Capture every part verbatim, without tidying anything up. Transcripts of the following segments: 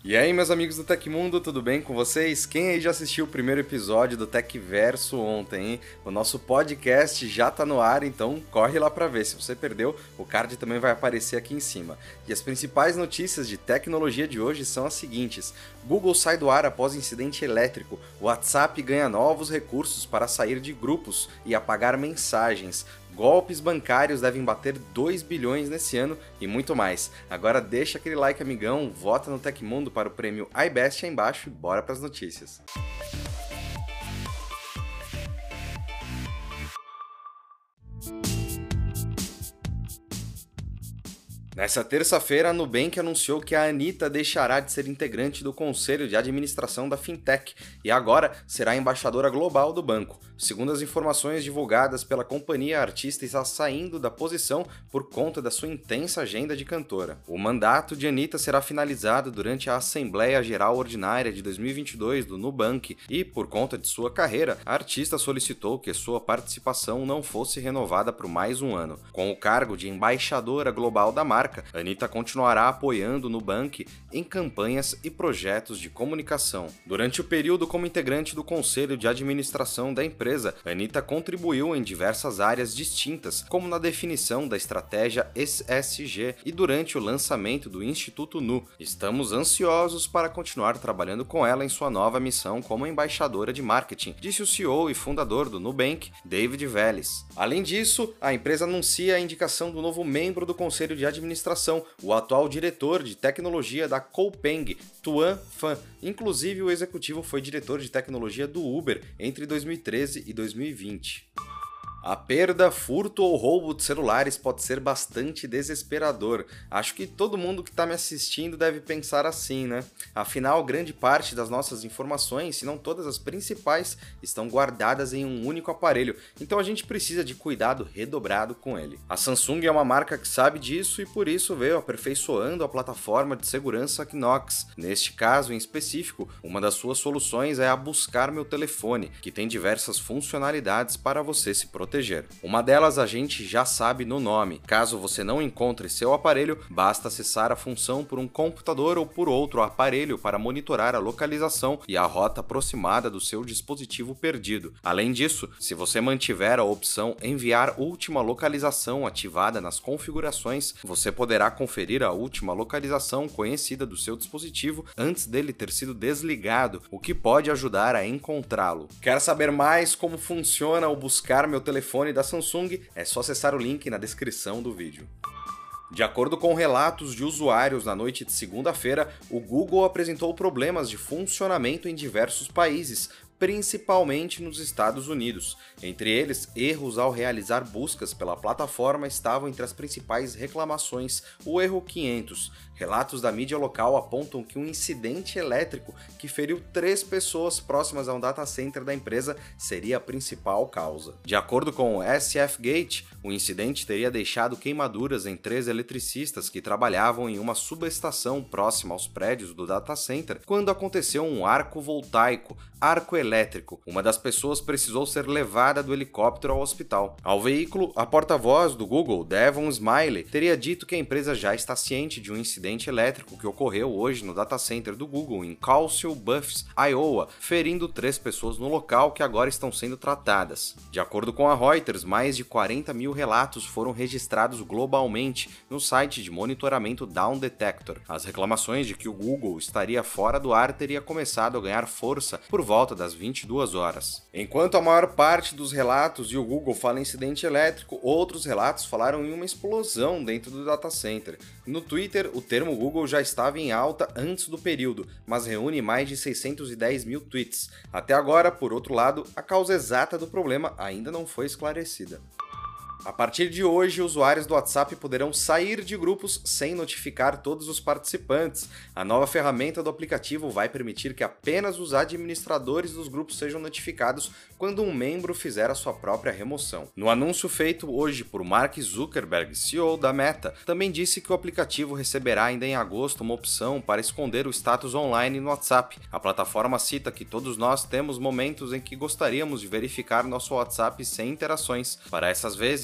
E aí, meus amigos do Tecmundo, tudo bem com vocês? Quem aí já assistiu o primeiro episódio do Tecverso ontem, hein? O nosso podcast já tá no ar, então corre lá pra ver. Se você perdeu, o card também vai aparecer aqui em cima. E as principais notícias de tecnologia de hoje são as seguintes: Google sai do ar após incidente elétrico, o WhatsApp ganha novos recursos para sair de grupos e apagar mensagens, golpes bancários devem bater dois bilhões nesse ano e muito mais. Agora deixa aquele like, amigão, vota no Tecmundo para o prêmio iBest aí embaixo e bora para as notícias. Nessa terça-feira, a Nubank anunciou que a Anitta deixará de ser integrante do conselho de administração da fintech e agora será embaixadora global do banco. Segundo as informações divulgadas pela companhia, a artista está saindo da posição por conta da sua intensa agenda de cantora. O mandato de Anitta será finalizado durante a Assembleia Geral Ordinária de dois mil e vinte e dois do Nubank e, por conta de sua carreira, a artista solicitou que sua participação não fosse renovada por mais um ano. Com o cargo de embaixadora global da marca, Anitta continuará apoiando o Nubank em campanhas e projetos de comunicação. Durante o período como integrante do conselho de administração da empresa, Anitta contribuiu em diversas áreas distintas, como na definição da estratégia E S G e durante o lançamento do Instituto Nu. Estamos ansiosos para continuar trabalhando com ela em sua nova missão como embaixadora de marketing, disse o C E O e fundador do Nubank, David Vélez. Além disso, a empresa anuncia a indicação do novo membro do conselho de administração administração, o atual diretor de tecnologia da Coupang, Tuan Phan. Inclusive, o executivo foi diretor de tecnologia do Uber entre dois mil e treze e dois mil e vinte. A perda, furto ou roubo de celulares pode ser bastante desesperador. Acho que todo mundo que está me assistindo deve pensar assim, né? Afinal, grande parte das nossas informações, se não todas as principais, estão guardadas em um único aparelho, então a gente precisa de cuidado redobrado com ele. A Samsung é uma marca que sabe disso e por isso veio aperfeiçoando a plataforma de segurança Knox. Neste caso em específico, uma das suas soluções é a Buscar Meu Telefone, que tem diversas funcionalidades para você se proteger. Uma delas a gente já sabe no nome. Caso você não encontre seu aparelho, basta acessar a função por um computador ou por outro aparelho para monitorar a localização e a rota aproximada do seu dispositivo perdido. Além disso, se você mantiver a opção Enviar última localização ativada nas configurações, você poderá conferir a última localização conhecida do seu dispositivo antes dele ter sido desligado, o que pode ajudar a encontrá-lo. Quer saber mais como funciona o Buscar Meu Telefone da Samsung? É só acessar o link na descrição do vídeo. De acordo com relatos de usuários na noite de segunda-feira, o Google apresentou problemas de funcionamento em diversos países, principalmente nos Estados Unidos. Entre eles, erros ao realizar buscas pela plataforma estavam entre as principais reclamações. O erro quinhentos. Relatos da mídia local apontam que um incidente elétrico que feriu três pessoas próximas a um data center da empresa seria a principal causa. De acordo com o S F Gate, o incidente teria deixado queimaduras em três eletricistas que trabalhavam em uma subestação próxima aos prédios do data center quando aconteceu um arco voltaico, arco elétrico. Uma das pessoas precisou ser levada do helicóptero ao hospital. Ao veículo, a porta-voz do Google, Devon Smiley, teria dito que a empresa já está ciente de um incidente elétrico que ocorreu hoje no data center do Google em Council Bluffs, Iowa, ferindo três pessoas no local que agora estão sendo tratadas. De acordo com a Reuters, mais de quarenta mil relatos foram registrados globalmente no site de monitoramento Down Detector. As reclamações de que o Google estaria fora do ar teria começado a ganhar força por volta das vinte e duas horas. Enquanto a maior parte dos relatos e o Google fala em incidente elétrico, outros relatos falaram em uma explosão dentro do data center. No Twitter, o termo Google já estava em alta antes do período, mas reúne mais de seiscentos e dez mil tweets. Até agora, por outro lado, a causa exata do problema ainda não foi esclarecida. A partir de hoje, usuários do WhatsApp poderão sair de grupos sem notificar todos os participantes. A nova ferramenta do aplicativo vai permitir que apenas os administradores dos grupos sejam notificados quando um membro fizer a sua própria remoção. No anúncio feito hoje por Mark Zuckerberg, C E O da Meta, também disse que o aplicativo receberá ainda em agosto uma opção para esconder o status online no WhatsApp. A plataforma cita que todos nós temos momentos em que gostaríamos de verificar nosso WhatsApp sem interações. Para essas vezes,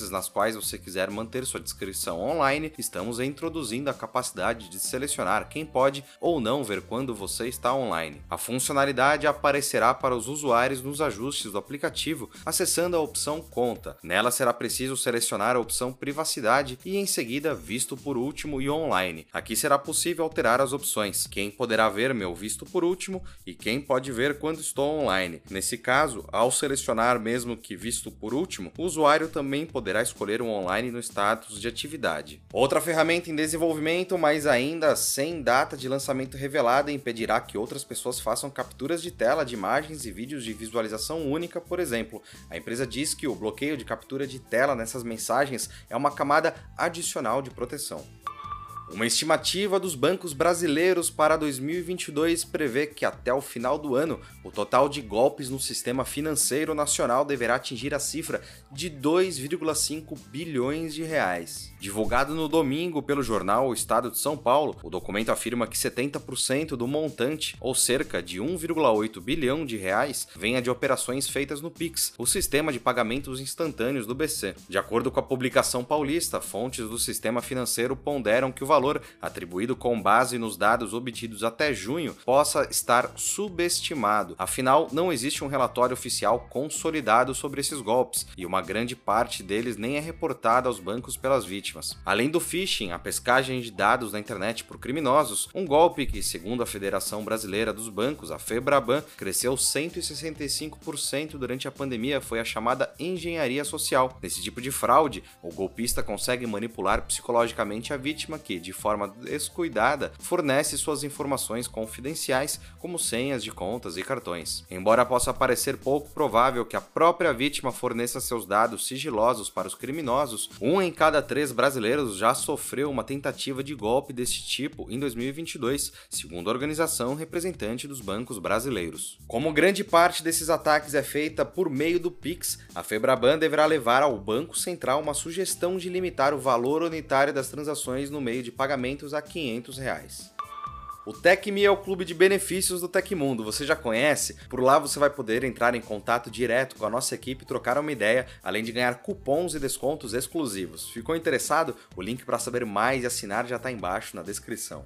conversas nas quais você quiser manter sua descrição online, estamos introduzindo a capacidade de selecionar quem pode ou não ver quando você está online. A funcionalidade aparecerá para os usuários nos ajustes do aplicativo, acessando a opção Conta. Nela será preciso selecionar a opção Privacidade e em seguida Visto por último e Online. Aqui será possível alterar as opções, quem poderá ver meu visto por último e quem pode ver quando estou online. Nesse caso, ao selecionar mesmo que visto por último, o usuário também poderá escolher o online no status de atividade. Outra ferramenta em desenvolvimento, mas ainda sem data de lançamento revelada, impedirá que outras pessoas façam capturas de tela de imagens e vídeos de visualização única, por exemplo. A empresa diz que o bloqueio de captura de tela nessas mensagens é uma camada adicional de proteção. Uma estimativa dos bancos brasileiros para dois mil e vinte e dois prevê que até o final do ano, o total de golpes no sistema financeiro nacional deverá atingir a cifra de dois vírgula cinco bilhões de reais. Divulgado no domingo pelo jornal O Estado de São Paulo, o documento afirma que setenta por cento do montante, ou cerca de um vírgula oito bilhão de reais, venha de operações feitas no Pix, o sistema de pagamentos instantâneos do B C. De acordo com a publicação paulista, fontes do sistema financeiro ponderam que o valor atribuído com base nos dados obtidos até junho possa estar subestimado. Afinal, não existe um relatório oficial consolidado sobre esses golpes, e uma grande parte deles nem é reportada aos bancos pelas vítimas. Além do phishing, a pescagem de dados na internet por criminosos, um golpe que, segundo a Federação Brasileira dos Bancos, a FEBRABAN, cresceu cento e sessenta e cinco por cento durante a pandemia, foi a chamada engenharia social. Nesse tipo de fraude, o golpista consegue manipular psicologicamente a vítima que, de forma descuidada, fornece suas informações confidenciais, como senhas de contas e cartões. Embora possa parecer pouco provável que a própria vítima forneça seus dados sigilosos para os criminosos, um em cada três brasileiros já sofreu uma tentativa de golpe deste tipo em dois mil e vinte e dois, segundo a organização representante dos bancos brasileiros. Como grande parte desses ataques é feita por meio do Pix, a FEBRABAN deverá levar ao Banco Central uma sugestão de limitar o valor unitário das transações no meio de pagamentos a quinhentos reais. O TecMe é o clube de benefícios do Tecmundo, você já conhece? Por lá você vai poder entrar em contato direto com a nossa equipe e trocar uma ideia, além de ganhar cupons e descontos exclusivos. Ficou interessado? O link para saber mais e assinar já está embaixo na descrição.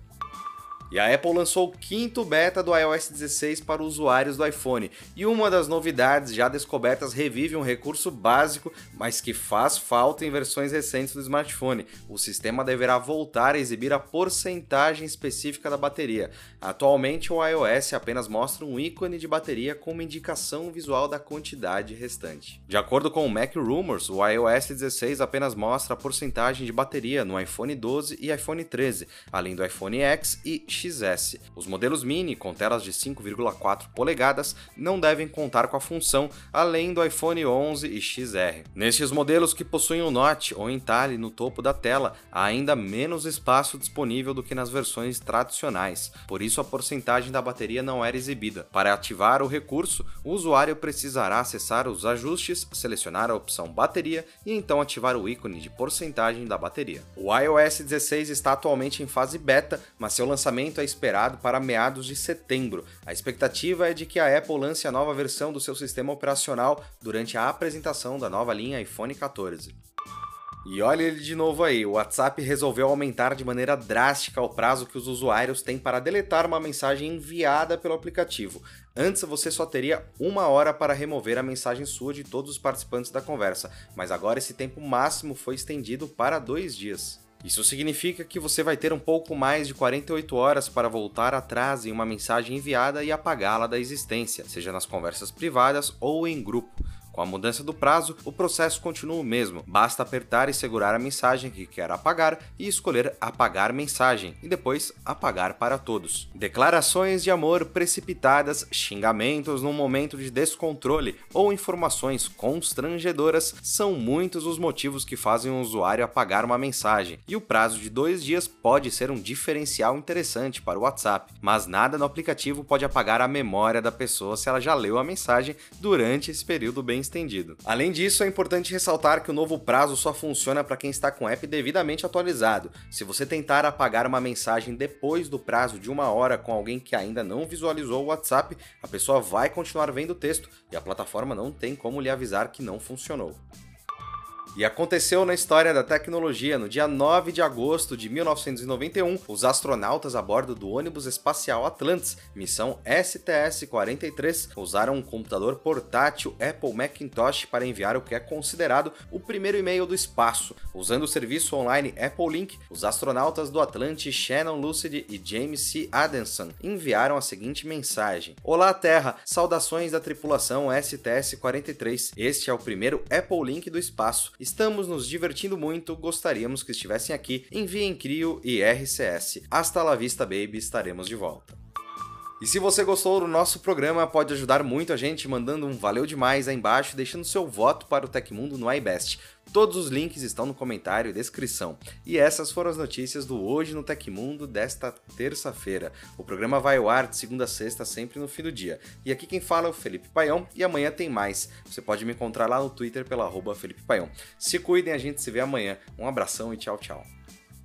E a Apple lançou o quinto beta do i O S dezesseis para usuários do iPhone, e uma das novidades já descobertas revive um recurso básico, mas que faz falta em versões recentes do smartphone. O sistema deverá voltar a exibir a porcentagem específica da bateria. Atualmente, o iOS apenas mostra um ícone de bateria com uma indicação visual da quantidade restante. De acordo com o Mac Rumors, o i O S dezesseis apenas mostra a porcentagem de bateria no iPhone doze e iPhone treze, além do iPhone X e X S. Os modelos mini com telas de cinco vírgula quatro polegadas não devem contar com a função, além do iPhone onze e X R. Nestes modelos que possuem um notch ou entalhe no topo da tela, há ainda menos espaço disponível do que nas versões tradicionais, por isso a porcentagem da bateria não era exibida. Para ativar o recurso, o usuário precisará acessar os ajustes, selecionar a opção bateria e então ativar o ícone de porcentagem da bateria. O i O S dezesseis está atualmente em fase beta, mas seu lançamento é esperado para meados de setembro. A expectativa é de que a Apple lance a nova versão do seu sistema operacional durante a apresentação da nova linha iPhone quatorze. E olha ele de novo aí, o WhatsApp resolveu aumentar de maneira drástica o prazo que os usuários têm para deletar uma mensagem enviada pelo aplicativo. Antes você só teria uma hora para remover a mensagem sua de todos os participantes da conversa, mas agora esse tempo máximo foi estendido para dois dias. Isso significa que você vai ter um pouco mais de quarenta e oito horas para voltar atrás em uma mensagem enviada e apagá-la da existência, seja nas conversas privadas ou em grupo. Com a mudança do prazo, o processo continua o mesmo, basta apertar e segurar a mensagem que quer apagar e escolher apagar mensagem, e depois apagar para todos. Declarações de amor precipitadas, xingamentos num momento de descontrole ou informações constrangedoras são muitos os motivos que fazem um usuário apagar uma mensagem, e o prazo de dois dias pode ser um diferencial interessante para o WhatsApp, mas nada no aplicativo pode apagar a memória da pessoa se ela já leu a mensagem durante esse período bem estendido. Além disso, é importante ressaltar que o novo prazo só funciona para quem está com o app devidamente atualizado. Se você tentar apagar uma mensagem depois do prazo de uma hora com alguém que ainda não visualizou o WhatsApp, a pessoa vai continuar vendo o texto e a plataforma não tem como lhe avisar que não funcionou. E aconteceu na história da tecnologia. No dia nove de agosto de mil novecentos e noventa e um, os astronautas a bordo do ônibus espacial Atlantis, missão S T S quarenta e três, usaram um computador portátil Apple Macintosh para enviar o que é considerado o primeiro e-mail do espaço. Usando o serviço online Apple Link, os astronautas do Atlantis Shannon Lucid e James C. Adenson enviaram a seguinte mensagem: Olá Terra, saudações da tripulação S T S quarenta e três. Este é o primeiro Apple Link do espaço. Estamos nos divertindo muito, gostaríamos que estivessem aqui. Enviem Crio e R C S. Hasta la vista, baby, estaremos de volta. E se você gostou do nosso programa, pode ajudar muito a gente mandando um valeu demais aí embaixo e deixando seu voto para o Tecmundo no iBest. Todos os links estão no comentário e descrição. E essas foram as notícias do Hoje no Tecmundo desta terça-feira. O programa vai ao ar de segunda a sexta, sempre no fim do dia. E aqui quem fala é o Felipe Paião e amanhã tem mais. Você pode me encontrar lá no Twitter pela arroba Felipe Paião. Se cuidem, a gente se vê amanhã. Um abração e tchau, tchau.